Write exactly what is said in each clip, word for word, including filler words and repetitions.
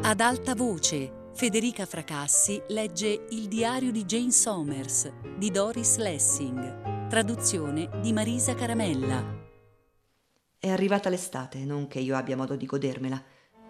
Ad alta voce, Federica Fracassi legge Il diario di Jane Somers di Doris Lessing, traduzione di Marisa Caramella. È arrivata l'estate, non che io abbia modo di godermela.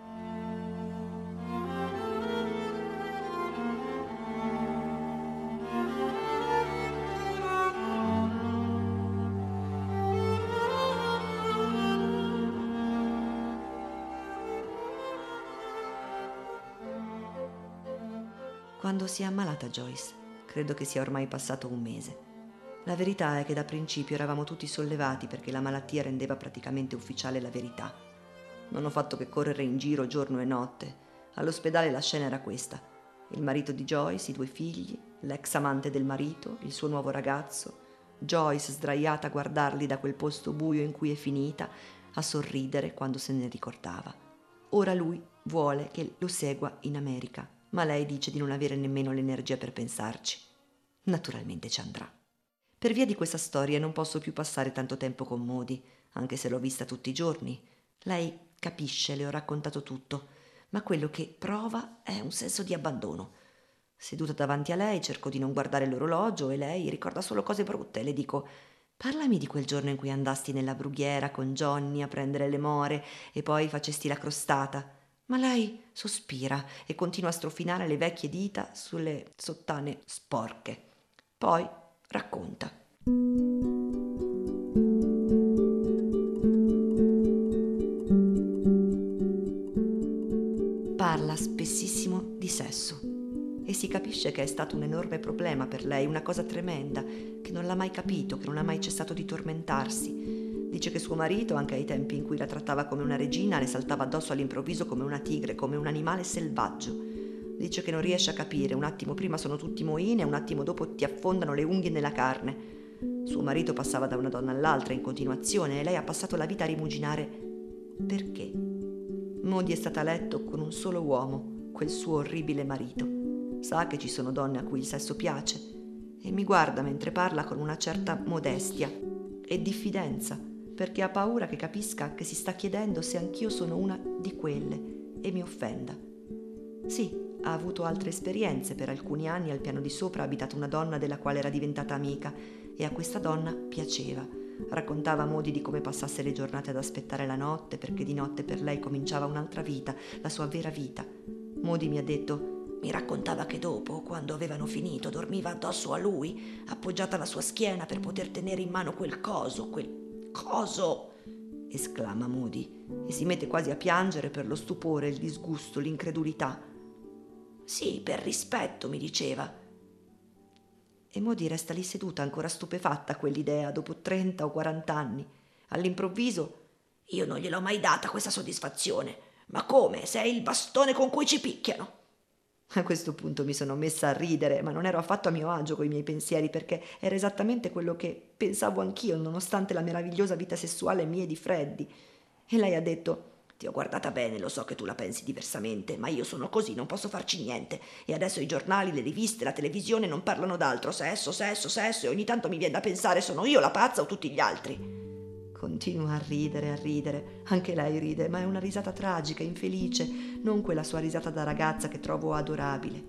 Quando si è ammalata Joyce? Credo che sia ormai passato un mese. La verità è che da principio eravamo tutti sollevati perché la malattia rendeva praticamente ufficiale la verità. Non ho fatto che correre in giro giorno e notte. All'ospedale la scena era questa: il marito di Joyce, i due figli, l'ex amante del marito, il suo nuovo ragazzo, Joyce sdraiata a guardarli da quel posto buio in cui è finita, a sorridere quando se ne ricordava. Ora lui vuole che lo segua in America, ma lei dice di non avere nemmeno l'energia per pensarci. Naturalmente ci andrà. Per via di questa storia non posso più passare tanto tempo con Modi, anche se l'ho vista tutti i giorni. Lei capisce, le ho raccontato tutto, ma quello che prova è un senso di abbandono. Seduta davanti a lei cerco di non guardare l'orologio e lei ricorda solo cose brutte. Le dico: parlami di quel giorno in cui andasti nella brughiera con Johnny a prendere le more e poi facesti la crostata. Ma lei sospira e continua a strofinare le vecchie dita sulle sottane sporche. Poi racconta. Parla spessissimo di sesso e si capisce che è stato un enorme problema per lei, una cosa tremenda, che non l'ha mai capito, che non ha mai cessato di tormentarsi. Dice che suo marito, anche ai tempi in cui la trattava come una regina, le saltava addosso all'improvviso come una tigre, come un animale selvaggio. Dice che non riesce a capire, un attimo prima sono tutti moine e un attimo dopo ti affondano le unghie nella carne. Suo marito passava da una donna all'altra in continuazione e lei ha passato la vita a rimuginare perché. Modi è stata a letto con un solo uomo, quel suo orribile marito. Sa che ci sono donne a cui il sesso piace e mi guarda mentre parla con una certa modestia e diffidenza, perché ha paura che capisca che si sta chiedendo se anch'io sono una di quelle e mi offenda. Sì, ha avuto altre esperienze. Per alcuni anni al piano di sopra ha abitato una donna della quale era diventata amica e a questa donna piaceva. Raccontava a Modi di come passasse le giornate ad aspettare la notte, perché di notte per lei cominciava un'altra vita, la sua vera vita. Modi mi ha detto: mi raccontava che dopo, quando avevano finito, dormiva addosso a lui, appoggiata alla sua schiena per poter tenere in mano quel coso, quel coso, esclama Modi, e si mette quasi a piangere per lo stupore, il disgusto, l'incredulità. Sì, per rispetto, mi diceva. E Modi resta lì seduta, ancora stupefatta a quell'idea, dopo trenta o quarant'anni. All'improvviso: io non gliel'ho mai data questa soddisfazione. Ma come? Sei il bastone con cui ci picchiano. A questo punto mi sono messa a ridere, ma non ero affatto a mio agio coi miei pensieri, perché era esattamente quello che pensavo anch'io, nonostante la meravigliosa vita sessuale mia e di Freddy. E lei ha detto: ti ho guardata bene, lo so che tu la pensi diversamente, ma io sono così, non posso farci niente. E adesso i giornali, le riviste, la televisione non parlano d'altro, sesso, sesso, sesso, e ogni tanto mi viene da pensare: sono io la pazza o tutti gli altri? Continua a ridere, a ridere. Anche lei ride, ma è una risata tragica, infelice, non quella sua risata da ragazza che trovo adorabile.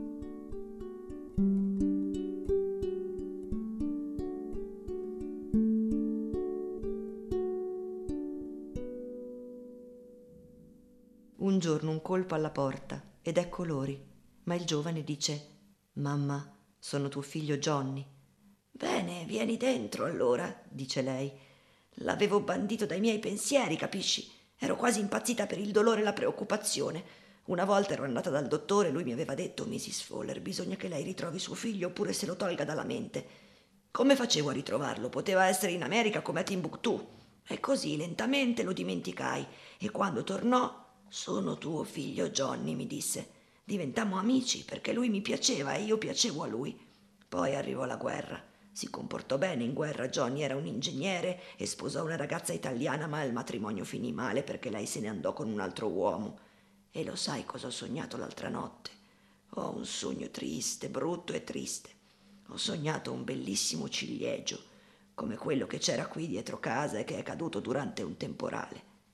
Un giorno un colpo alla porta ed ecco Lori, ma il giovane dice: mamma, sono tuo figlio Johnny. Bene, vieni dentro allora, dice lei. L'avevo bandito dai miei pensieri, capisci? Ero quasi impazzita per il dolore e la preoccupazione. Una volta ero andata dal dottore e lui mi aveva detto: missis Fowler, bisogna che lei ritrovi suo figlio oppure se lo tolga dalla mente. Come facevo a ritrovarlo? Poteva essere in America come a Timbuktu. E così lentamente lo dimenticai e quando tornò: sono tuo figlio Johnny, mi disse. Diventammo amici perché lui mi piaceva e io piacevo a lui. Poi arrivò la guerra. Si comportò bene in guerra. Johnny era un ingegnere e sposò una ragazza italiana, ma il matrimonio finì male perché lei se ne andò con un altro uomo. E lo sai cosa ho sognato l'altra notte? Ho un sogno triste, brutto e triste. Ho sognato un bellissimo ciliegio, come quello che c'era qui dietro casa e che è caduto durante un temporale.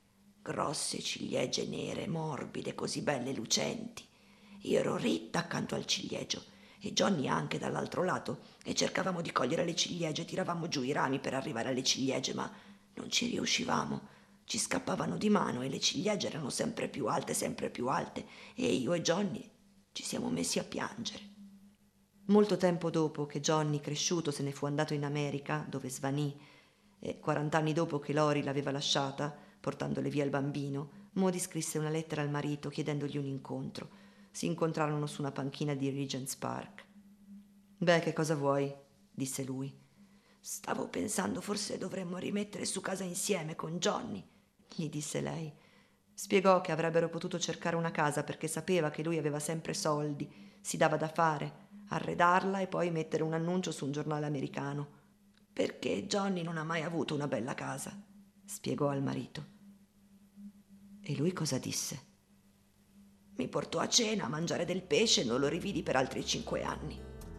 grosse ciliegie nere, morbide, così belle e lucenti. Io ero ritta accanto al ciliegio e Johnny anche dall'altro lato e cercavamo di cogliere le ciliegie, tiravamo giù i rami per arrivare alle ciliegie, ma non ci riuscivamo. Ci scappavano di mano e le ciliegie erano sempre più alte, sempre più alte, e io e Johnny ci siamo messi a piangere. Molto tempo dopo che Johnny, cresciuto, se ne fu andato in America, dove svanì, e quarant'anni dopo che Lori l'aveva lasciata, portandole via il bambino, Maudie scrisse una lettera al marito chiedendogli un incontro. Si incontrarono su una panchina di Regent's Park. «Beh, che cosa vuoi?» disse lui. «Stavo pensando forse dovremmo rimettere su casa insieme con Johnny», gli disse lei. Spiegò che avrebbero potuto cercare una casa perché sapeva che lui aveva sempre soldi, si dava da fare, arredarla e poi mettere un annuncio su un giornale americano. «Perché Johnny non ha mai avuto una bella casa», spiegò al marito. E lui cosa disse? «Mi portò a cena a mangiare del pesce e non lo rividi per altri cinque anni».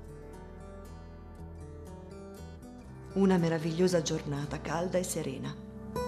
Una meravigliosa giornata calda e serena.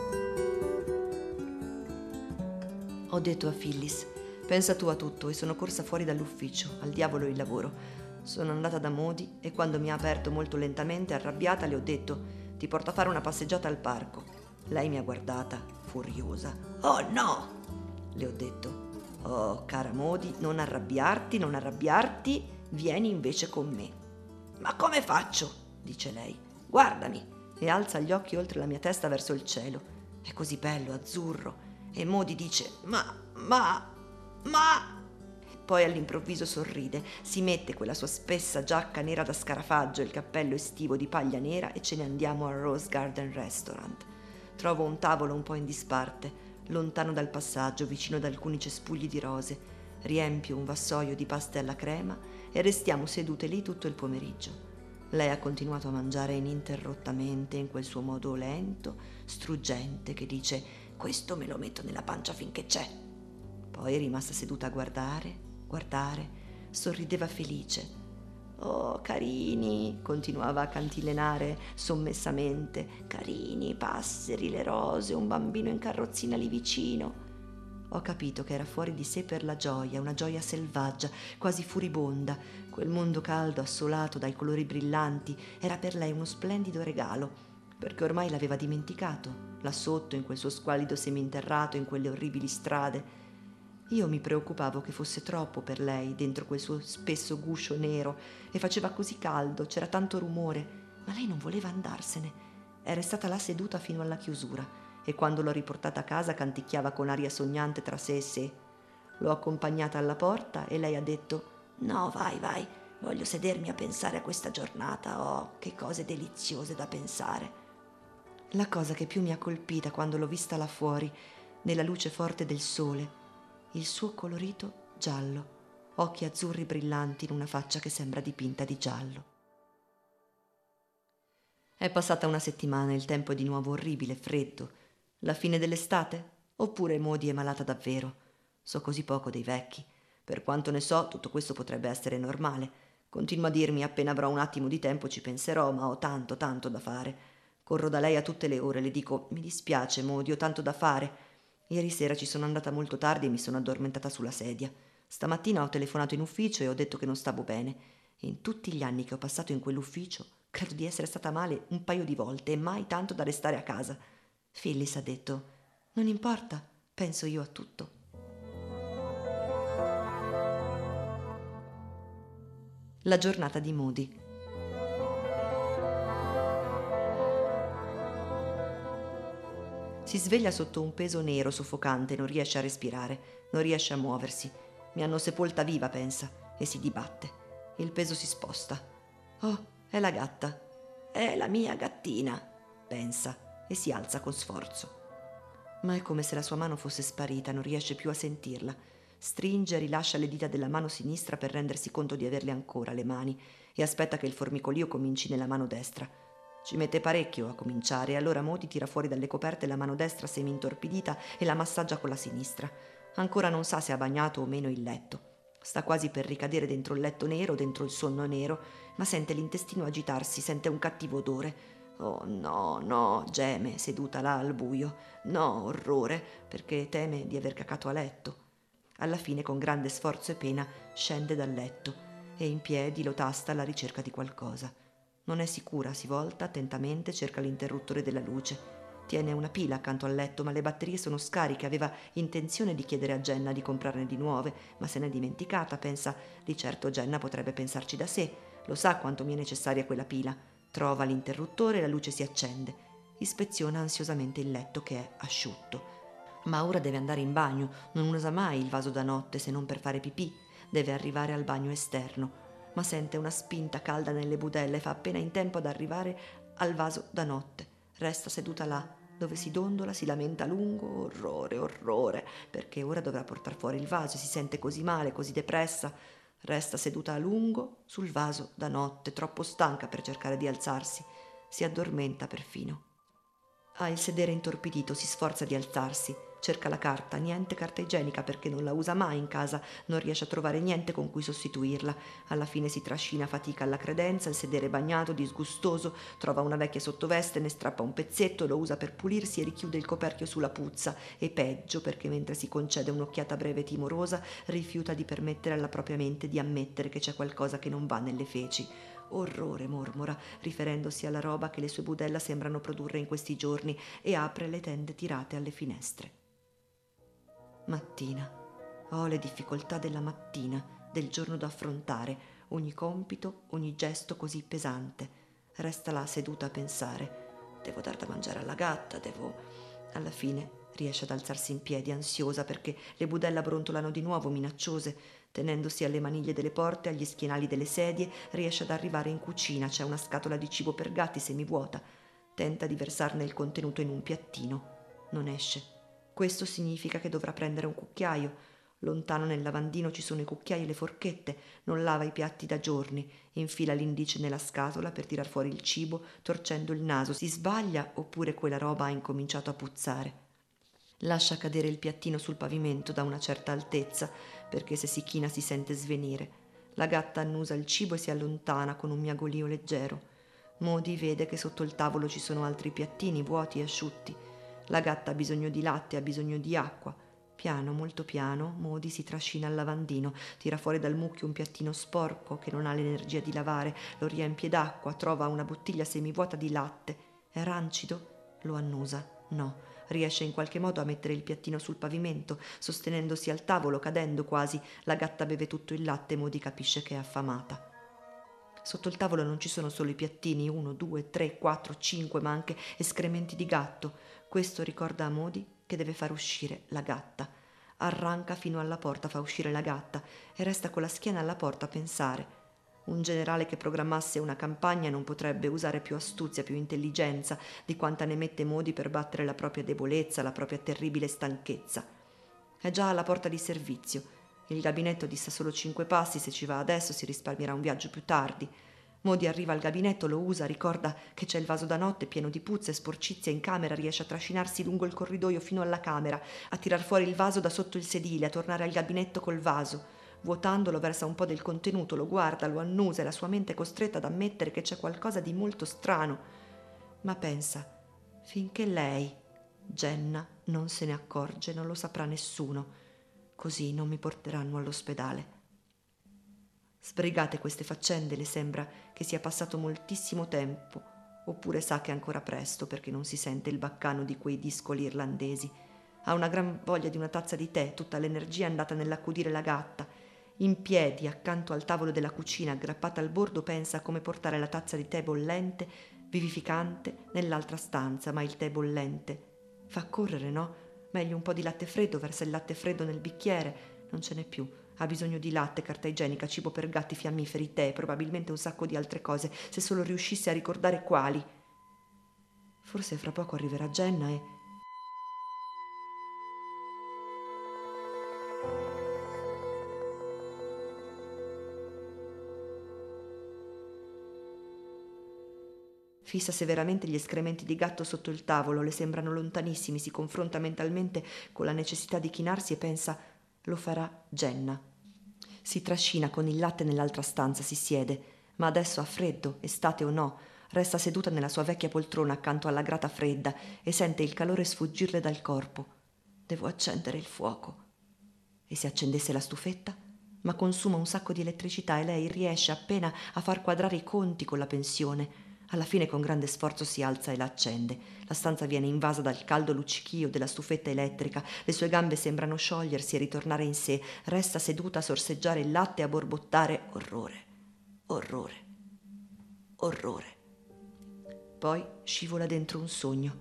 Ho detto a Phyllis: «Pensa tu a tutto», e sono corsa fuori dall'ufficio, al diavolo il lavoro. Sono andata da Maudie e quando mi ha aperto molto lentamente, arrabbiata, le ho detto: «Ti porto a fare una passeggiata al parco». Lei mi ha guardata, furiosa. «Oh no!» le ho detto. «Oh, cara Maudie, non arrabbiarti, non arrabbiarti, vieni invece con me». «Ma come faccio?» dice lei. «Guardami!» e alza gli occhi oltre la mia testa verso il cielo. È così bello, azzurro. E Maudie dice: «Ma, ma, ma...» Poi all'improvviso sorride, si mette quella sua spessa giacca nera da scarafaggio e il cappello estivo di paglia nera e ce ne andiamo al Rose Garden Restaurant. Trovo un tavolo un po' in disparte, lontano dal passaggio, vicino ad alcuni cespugli di rose. Riempio un vassoio di paste alla crema e restiamo sedute lì tutto il pomeriggio. Lei ha continuato a mangiare ininterrottamente in quel suo modo lento, struggente, che dice: «Questo me lo metto nella pancia finché c'è». Poi è rimasta seduta a guardare, guardare, sorrideva felice. «Oh, carini», continuava a cantilenare sommessamente, «carini, i passeri, le rose, un bambino in carrozzina lì vicino». Ho capito che era fuori di sé per la gioia, una gioia selvaggia, quasi furibonda. Quel mondo caldo, assolato dai colori brillanti, era per lei uno splendido regalo, perché ormai l'aveva dimenticato, là sotto, in quel suo squallido seminterrato, in quelle orribili strade. Io mi preoccupavo che fosse troppo per lei, dentro quel suo spesso guscio nero, e faceva così caldo, c'era tanto rumore, ma lei non voleva andarsene. Era stata là seduta fino alla chiusura, e quando l'ho riportata a casa canticchiava con aria sognante tra sé e sé. L'ho accompagnata alla porta e lei ha detto: «No, vai, vai, voglio sedermi a pensare a questa giornata, oh, che cose deliziose da pensare». La cosa che più mi ha colpita quando l'ho vista là fuori, nella luce forte del sole, il suo colorito giallo, occhi azzurri brillanti in una faccia che sembra dipinta di giallo. È passata una settimana e il tempo è di nuovo orribile, freddo. La fine dell'estate? Oppure Maudie è malata davvero? So così poco dei vecchi. Per quanto ne so, tutto questo potrebbe essere normale. Continua a dirmi: «Appena avrò un attimo di tempo ci penserò, ma ho tanto, tanto da fare». Corro da lei a tutte le ore, le dico: «Mi dispiace, Maudie, ho tanto da fare». Ieri sera ci sono andata molto tardi e mi sono addormentata sulla sedia. Stamattina ho telefonato in ufficio e ho detto che non stavo bene. E in tutti gli anni che ho passato in quell'ufficio, credo di essere stata male un paio di volte e mai tanto da restare a casa. Phyllis ha detto: «Non importa, penso io a tutto». La giornata di Maudie. Si sveglia sotto un peso nero soffocante, non riesce a respirare, non riesce a muoversi. Mi hanno sepolta viva, pensa, e si dibatte. Il peso si sposta. «Oh, è la gatta. È la mia gattina», pensa, e si alza con sforzo. Ma è come se la sua mano fosse sparita, non riesce più a sentirla. Stringe e rilascia le dita della mano sinistra per rendersi conto di averle ancora le mani e aspetta che il formicolio cominci nella mano destra. Ci mette parecchio a cominciare e allora Maudie tira fuori dalle coperte la mano destra semi-intorpidita e la massaggia con la sinistra. Ancora non sa se ha bagnato o meno il letto. Sta quasi per ricadere dentro il letto nero, dentro il sonno nero, ma sente l'intestino agitarsi, sente un cattivo odore. Oh no, no, geme, seduta là al buio. No, orrore, perché teme di aver cacato a letto. Alla fine, con grande sforzo e pena, scende dal letto e in piedi lo tasta alla ricerca di qualcosa. Non è sicura, si volta attentamente, cerca l'interruttore della luce. Tiene una pila accanto al letto, ma le batterie sono scariche. Aveva intenzione di chiedere a Jenna di comprarne di nuove, ma se n'è dimenticata. Pensa, di certo Jenna potrebbe pensarci da sé. Lo sa quanto mi è necessaria quella pila. Trova l'interruttore e la luce si accende. Ispeziona ansiosamente il letto, che è asciutto. Ma ora deve andare in bagno. Non usa mai il vaso da notte se non per fare pipì. Deve arrivare al bagno esterno. Ma sente una spinta calda nelle budella e fa appena in tempo ad arrivare al vaso da notte. Resta seduta là, dove si dondola, si lamenta a lungo. Orrore, orrore, perché ora dovrà portar fuori il vaso e si sente così male, così depressa. Resta seduta a lungo sul vaso da notte, troppo stanca per cercare di alzarsi. Si addormenta perfino. Ha il sedere intorpidito, si sforza di alzarsi. Cerca la carta, niente carta igienica perché non la usa mai in casa, non riesce a trovare niente con cui sostituirla. Alla fine si trascina a fatica alla credenza, il sedere bagnato, disgustoso, trova una vecchia sottoveste, ne strappa un pezzetto, lo usa per pulirsi e richiude il coperchio sulla puzza. E peggio, perché mentre si concede un'occhiata breve e timorosa, rifiuta di permettere alla propria mente di ammettere che c'è qualcosa che non va nelle feci. Orrore, mormora, riferendosi alla roba che le sue budella sembrano produrre in questi giorni, e apre le tende tirate alle finestre. Mattina. Ho le difficoltà della mattina, del giorno da affrontare, ogni compito, ogni gesto così pesante. Resta là seduta a pensare. Devo dar da mangiare alla gatta, devo... Alla fine riesce ad alzarsi in piedi, ansiosa, perché le budella brontolano di nuovo, minacciose. Tenendosi alle maniglie delle porte, agli schienali delle sedie, riesce ad arrivare in cucina. C'è una scatola di cibo per gatti semivuota. Tenta di versarne il contenuto in un piattino. Non esce. Questo significa che dovrà prendere un cucchiaio. Lontano nel lavandino ci sono i cucchiai e le forchette. Non lava i piatti da giorni. Infila l'indice nella scatola per tirar fuori il cibo, torcendo il naso. Si sbaglia oppure quella roba ha incominciato a puzzare. Lascia cadere il piattino sul pavimento da una certa altezza, perché se si china si sente svenire. La gatta annusa il cibo e si allontana con un miagolio leggero. Modi vede che sotto il tavolo ci sono altri piattini vuoti e asciutti. La gatta ha bisogno di latte, ha bisogno di acqua. Piano, molto piano, Modi si trascina al lavandino, tira fuori dal mucchio un piattino sporco che non ha l'energia di lavare, lo riempie d'acqua, trova una bottiglia semivuota di latte. È rancido? Lo annusa. No. Riesce in qualche modo a mettere il piattino sul pavimento, sostenendosi al tavolo, cadendo quasi. La gatta beve tutto il latte e Modi capisce che è affamata. Sotto il tavolo non ci sono solo i piattini, uno, due, tre, quattro, cinque, ma anche escrementi di gatto. Questo ricorda a Modi che deve far uscire la gatta. Arranca fino alla porta, fa uscire la gatta e resta con la schiena alla porta a pensare. Un generale che programmasse una campagna non potrebbe usare più astuzia, più intelligenza di quanta ne mette Modi per battere la propria debolezza, la propria terribile stanchezza. È già alla porta di servizio. Il gabinetto dista solo cinque passi, se ci va adesso si risparmierà un viaggio più tardi. Modi arriva al gabinetto, lo usa, ricorda che c'è il vaso da notte pieno di puzze e sporcizie in camera, riesce a trascinarsi lungo il corridoio fino alla camera, a tirar fuori il vaso da sotto il sedile, a tornare al gabinetto col vaso. Vuotandolo versa un po' del contenuto, lo guarda, lo annusa e la sua mente è costretta ad ammettere che c'è qualcosa di molto strano. Ma pensa, finché lei, Jenna, non se ne accorge, non lo saprà nessuno. Così non mi porteranno all'ospedale. Sbrigate queste faccende, le sembra che sia passato moltissimo tempo, oppure sa che è ancora presto perché non si sente il baccano di quei discoli irlandesi. Ha una gran voglia di una tazza di tè, tutta l'energia è andata nell'accudire la gatta. In piedi, accanto al tavolo della cucina, aggrappata al bordo, pensa a come portare la tazza di tè bollente, vivificante, nell'altra stanza, ma il tè bollente fa correre, no? Meglio un po' di latte freddo, versa il latte freddo nel bicchiere. Non ce n'è più. Ha bisogno di latte, carta igienica, cibo per gatti, fiammiferi, tè, probabilmente un sacco di altre cose, se solo riuscisse a ricordare quali. Forse fra poco arriverà Jenna e... Fissa severamente gli escrementi di gatto sotto il tavolo, le sembrano lontanissimi, si confronta mentalmente con la necessità di chinarsi e pensa: lo farà Jenna. Si trascina con il latte nell'altra stanza, si siede, ma adesso ha freddo, estate o no, resta seduta nella sua vecchia poltrona accanto alla grata fredda e sente il calore sfuggirle dal corpo. Devo accendere il fuoco. E se accendesse la stufetta? Ma consuma un sacco di elettricità e lei riesce appena a far quadrare i conti con la pensione. Alla fine con grande sforzo si alza e la accende. La stanza viene invasa dal caldo luccichio della stufetta elettrica. Le sue gambe sembrano sciogliersi e ritornare in sé. Resta seduta a sorseggiare il latte e a borbottare orrore, orrore, orrore. Poi scivola dentro un sogno.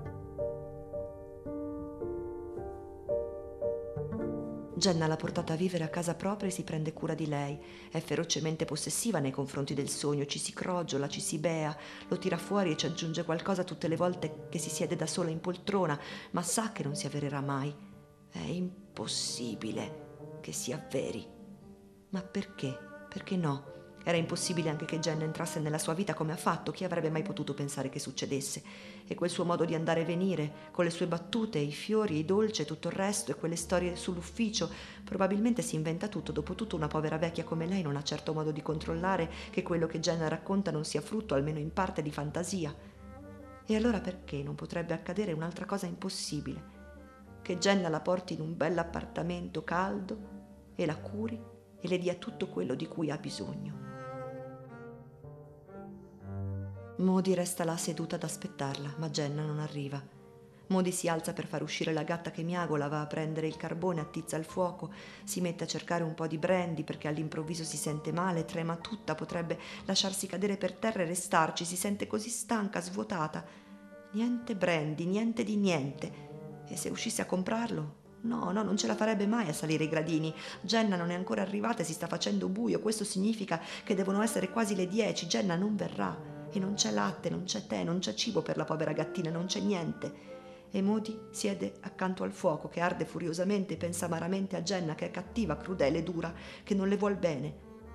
Jenna l'ha portata a vivere a casa propria e si prende cura di lei. È ferocemente possessiva nei confronti del sogno, ci si crogiola, ci si bea, lo tira fuori e ci aggiunge qualcosa tutte le volte che si siede da sola in poltrona, ma sa che non si avvererà mai. È impossibile che si avveri. Ma perché? Perché no? Era impossibile anche che Jenna entrasse nella sua vita come ha fatto. Chi avrebbe mai potuto pensare che succedesse? E quel suo modo di andare e venire, con le sue battute, i fiori, i dolci e tutto il resto, e quelle storie sull'ufficio, probabilmente si inventa tutto. Dopotutto una povera vecchia come lei non ha certo modo di controllare che quello che Jenna racconta non sia frutto, almeno in parte, di fantasia. E allora perché non potrebbe accadere un'altra cosa impossibile? Che Jenna la porti in un bell'appartamento caldo e la curi e le dia tutto quello di cui ha bisogno. Modi resta là seduta ad aspettarla, ma Jenna non arriva. Modi si alza per far uscire la gatta che miagola, va a prendere il carbone, attizza il fuoco, si mette a cercare un po' di brandy perché all'improvviso si sente male, trema tutta, potrebbe lasciarsi cadere per terra e restarci, si sente così stanca, svuotata. Niente brandy, niente di niente. E se uscisse a comprarlo? No, no, non ce la farebbe mai a salire i gradini. Jenna non è ancora arrivata e si sta facendo buio. Questo significa che devono essere quasi le dieci. Jenna non verrà. E non c'è latte, non c'è tè, non c'è cibo per la povera gattina, non c'è niente. E Modi siede accanto al fuoco che arde furiosamente e pensa amaramente a Jenna che è cattiva, crudele, dura, che non le vuol bene.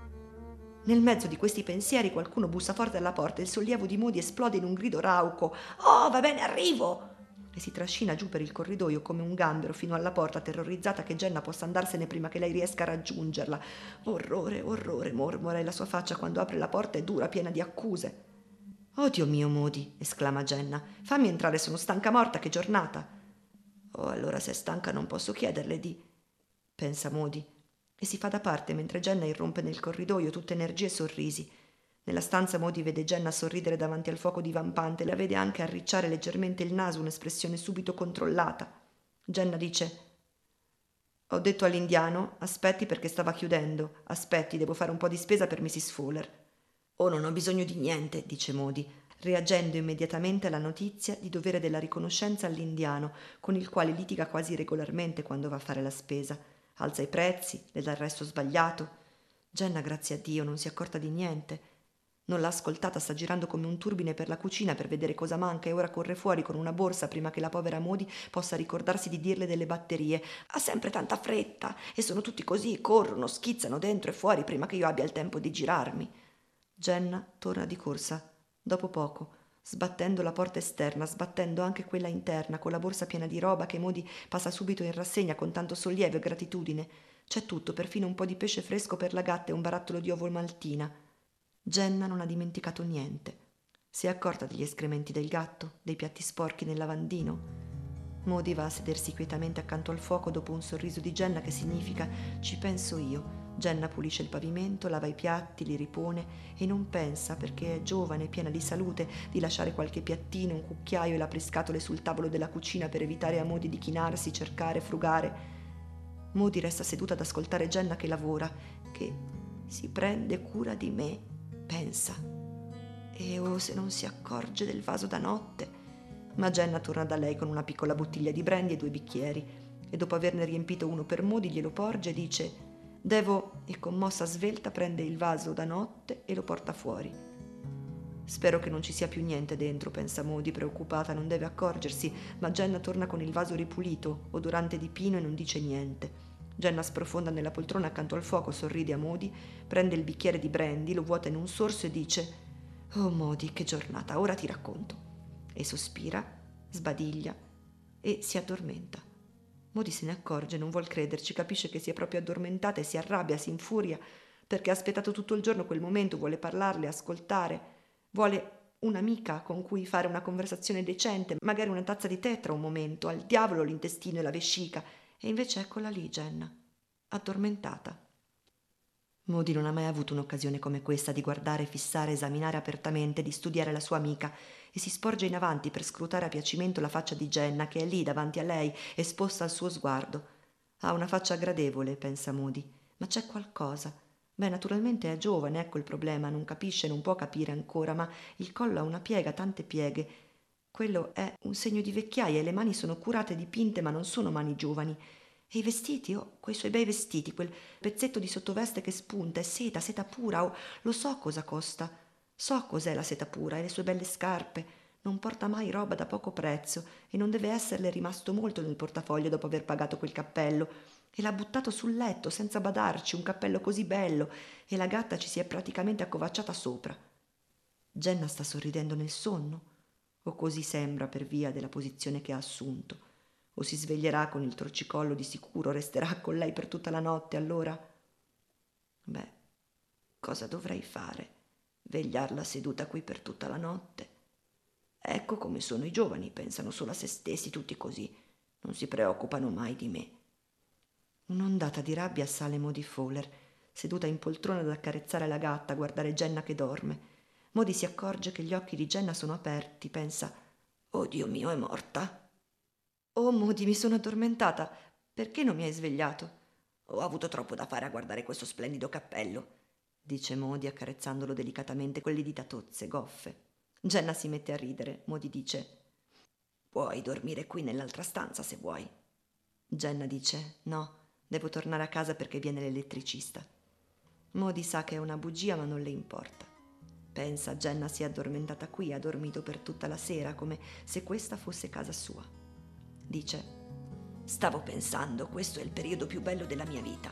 Nel mezzo di questi pensieri qualcuno bussa forte alla porta e il sollievo di Modi esplode in un grido rauco. «Oh, va bene, arrivo!» E si trascina giù per il corridoio come un gambero fino alla porta, terrorizzata che Jenna possa andarsene prima che lei riesca a raggiungerla. «Orrore, orrore», mormora, e la sua faccia quando apre la porta è dura, piena di accuse. «Oh Dio mio, Modi», esclama Jenna, «fammi entrare, sono stanca morta, che giornata!» «Oh, allora se è stanca non posso chiederle di...» pensa Modi, e si fa da parte mentre Jenna irrompe nel corridoio, tutta energie e sorrisi. Nella stanza Modi vede Jenna sorridere davanti al fuoco divampante, la vede anche arricciare leggermente il naso, un'espressione subito controllata. Jenna dice: «Ho detto all'indiano, aspetti perché stava chiudendo, aspetti, devo fare un po' di spesa per missus Fowler». «Oh, non ho bisogno di niente», dice Modi, reagendo immediatamente alla notizia di dovere della riconoscenza all'indiano, con il quale litiga quasi regolarmente quando va a fare la spesa. Alza i prezzi, le dà il resto sbagliato. Jenna, grazie a Dio, non si è accorta di niente. Non l'ha ascoltata, sta girando come un turbine per la cucina per vedere cosa manca e ora corre fuori con una borsa prima che la povera Modi possa ricordarsi di dirle delle batterie. «Ha sempre tanta fretta e sono tutti così, corrono, schizzano dentro e fuori prima che io abbia il tempo di girarmi». Jenna torna di corsa, dopo poco, sbattendo la porta esterna, sbattendo anche quella interna, con la borsa piena di roba che Modi passa subito in rassegna con tanto sollievo e gratitudine. C'è tutto, perfino un po' di pesce fresco per la gatta e un barattolo di uovo maltina. Jenna non ha dimenticato niente. Si è accorta degli escrementi del gatto, dei piatti sporchi nel lavandino. Modi va a sedersi quietamente accanto al fuoco dopo un sorriso di Jenna che significa «ci penso io». Jenna pulisce il pavimento, lava i piatti, li ripone e non pensa, perché è giovane e piena di salute, di lasciare qualche piattino, un cucchiaio e l'apriscatole sul tavolo della cucina per evitare a Modi di chinarsi, cercare, frugare. Modi resta seduta ad ascoltare Jenna che lavora, che si prende cura di me, pensa. E oh, se non si accorge del vaso da notte. Ma Jenna torna da lei con una piccola bottiglia di brandy e due bicchieri e dopo averne riempito uno per Modi glielo porge e dice «Devo», e con mossa svelta prende il vaso da notte e lo porta fuori. «Spero che non ci sia più niente dentro», pensa Modi, preoccupata, non deve accorgersi, ma Jenna torna con il vaso ripulito, odorante di pino, e non dice niente. Jenna sprofonda nella poltrona accanto al fuoco, sorride a Modi, prende il bicchiere di brandy, lo vuota in un sorso e dice «Oh Modi, che giornata, ora ti racconto». E sospira, sbadiglia e si addormenta. Modi se ne accorge, non vuol crederci, capisce che si è proprio addormentata e si arrabbia, si infuria, perché ha aspettato tutto il giorno quel momento, vuole parlarle, ascoltare, vuole un'amica con cui fare una conversazione decente, magari una tazza di tè tra un momento, al diavolo l'intestino e la vescica. E invece eccola lì, Jenna, addormentata. Modi non ha mai avuto un'occasione come questa di guardare, fissare, esaminare apertamente, di studiare la sua amica, e si sporge in avanti per scrutare a piacimento la faccia di Jenna, che è lì davanti a lei, esposta al suo sguardo. Ha una faccia gradevole, pensa Modi, ma c'è qualcosa. Beh, naturalmente è giovane, ecco il problema, non capisce, non può capire ancora, ma il collo ha una piega, tante pieghe. Quello è un segno di vecchiaia e le mani sono curate e dipinte, ma non sono mani giovani. E i vestiti, oh, quei suoi bei vestiti, quel pezzetto di sottoveste che spunta, è seta, seta pura, oh, lo so cosa costa. So cos'è la seta pura e le sue belle scarpe. Non porta mai roba da poco prezzo e non deve esserle rimasto molto nel portafoglio dopo aver pagato quel cappello. E l'ha buttato sul letto senza badarci, un cappello così bello, e la gatta ci si è praticamente accovacciata sopra. Jenna sta sorridendo nel sonno, o così sembra per via della posizione che ha assunto. O si sveglierà con il torcicollo di sicuro, resterà con lei per tutta la notte, allora? Beh, cosa dovrei fare? Vegliarla seduta qui per tutta la notte? Ecco come sono i giovani, pensano solo a se stessi, tutti così, non si preoccupano mai di me. Un'ondata di rabbia assale Modi Fowler, seduta in poltrona ad accarezzare la gatta, a guardare Jenna che dorme. Modi si accorge che gli occhi di Jenna sono aperti, pensa: «Oh Dio mio, è morta?» «Oh Modi, mi sono addormentata, perché non mi hai svegliato?» «Ho avuto troppo da fare a guardare questo splendido cappello», dice Modi accarezzandolo delicatamente con le dita tozze, goffe. Jenna si mette a ridere. Modi dice: «Puoi dormire qui nell'altra stanza se vuoi». Jenna dice: «No, devo tornare a casa perché viene l'elettricista». Modi sa che è una bugia, ma non le importa. Pensa, Jenna si è addormentata qui, ha dormito per tutta la sera, come se questa fosse casa sua. Dice: «Stavo pensando, questo è il periodo più bello della mia vita».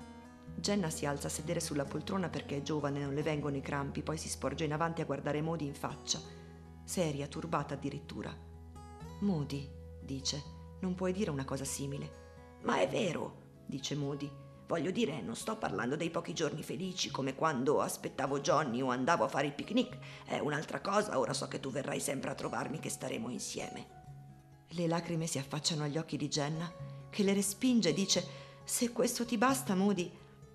Jenna si alza a sedere sulla poltrona perché è giovane, non le vengono i crampi, poi si sporge in avanti a guardare Modi in faccia, seria, turbata addirittura. «Modi», dice, «non puoi dire una cosa simile». «Ma è vero», dice Modi. «Voglio dire, non sto parlando dei pochi giorni felici, come quando aspettavo Johnny o andavo a fare il picnic. È un'altra cosa, ora so che tu verrai sempre a trovarmi, che staremo insieme». Le lacrime si affacciano agli occhi di Jenna, che le respinge e dice: «Se questo ti basta, Modi».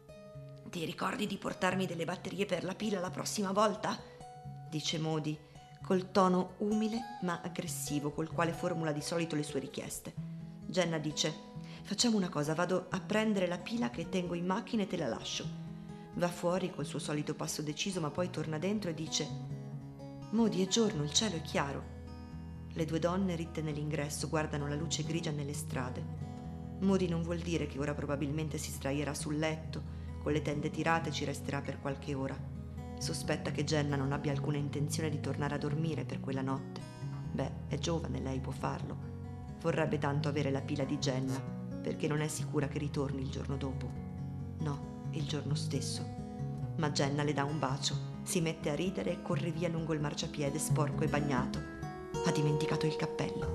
«Ti ricordi di portarmi delle batterie per la pila la prossima volta?» dice Modi, col tono umile ma aggressivo col quale formula di solito le sue richieste. Jenna dice: «Facciamo una cosa, vado a prendere la pila che tengo in macchina e te la lascio». Va fuori col suo solito passo deciso, ma poi torna dentro e dice: «Modi, è giorno, il cielo è chiaro». Le due donne, ritte nell'ingresso, guardano la luce grigia nelle strade. Modi non vuol dire che ora probabilmente si sdraierà sul letto, con le tende tirate ci resterà per qualche ora. Sospetta che Jenna non abbia alcuna intenzione di tornare a dormire per quella notte. Beh, è giovane, lei può farlo. Vorrebbe tanto avere la pila di Jenna, perché non è sicura che ritorni il giorno dopo. No, il giorno stesso. Ma Jenna le dà un bacio, si mette a ridere e corre via lungo il marciapiede sporco e bagnato. Ha dimenticato il cappello.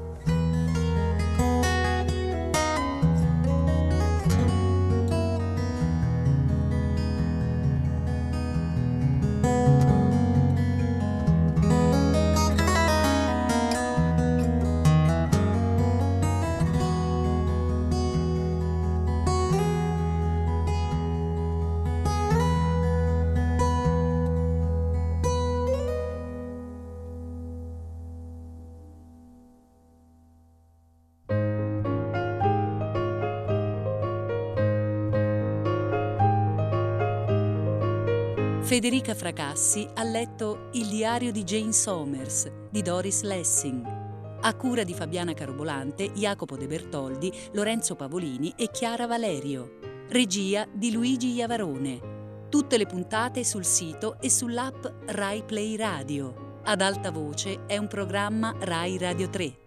Federica Fracassi ha letto Il diario di Jane Somers di Doris Lessing, a cura di Fabiana Carobolante, Jacopo De Bertoldi, Lorenzo Pavolini e Chiara Valerio. Regia di Luigi Iavarone. Tutte le puntate sul sito e sull'app Rai Play Radio. Ad alta voce è un programma Rai Radio tre.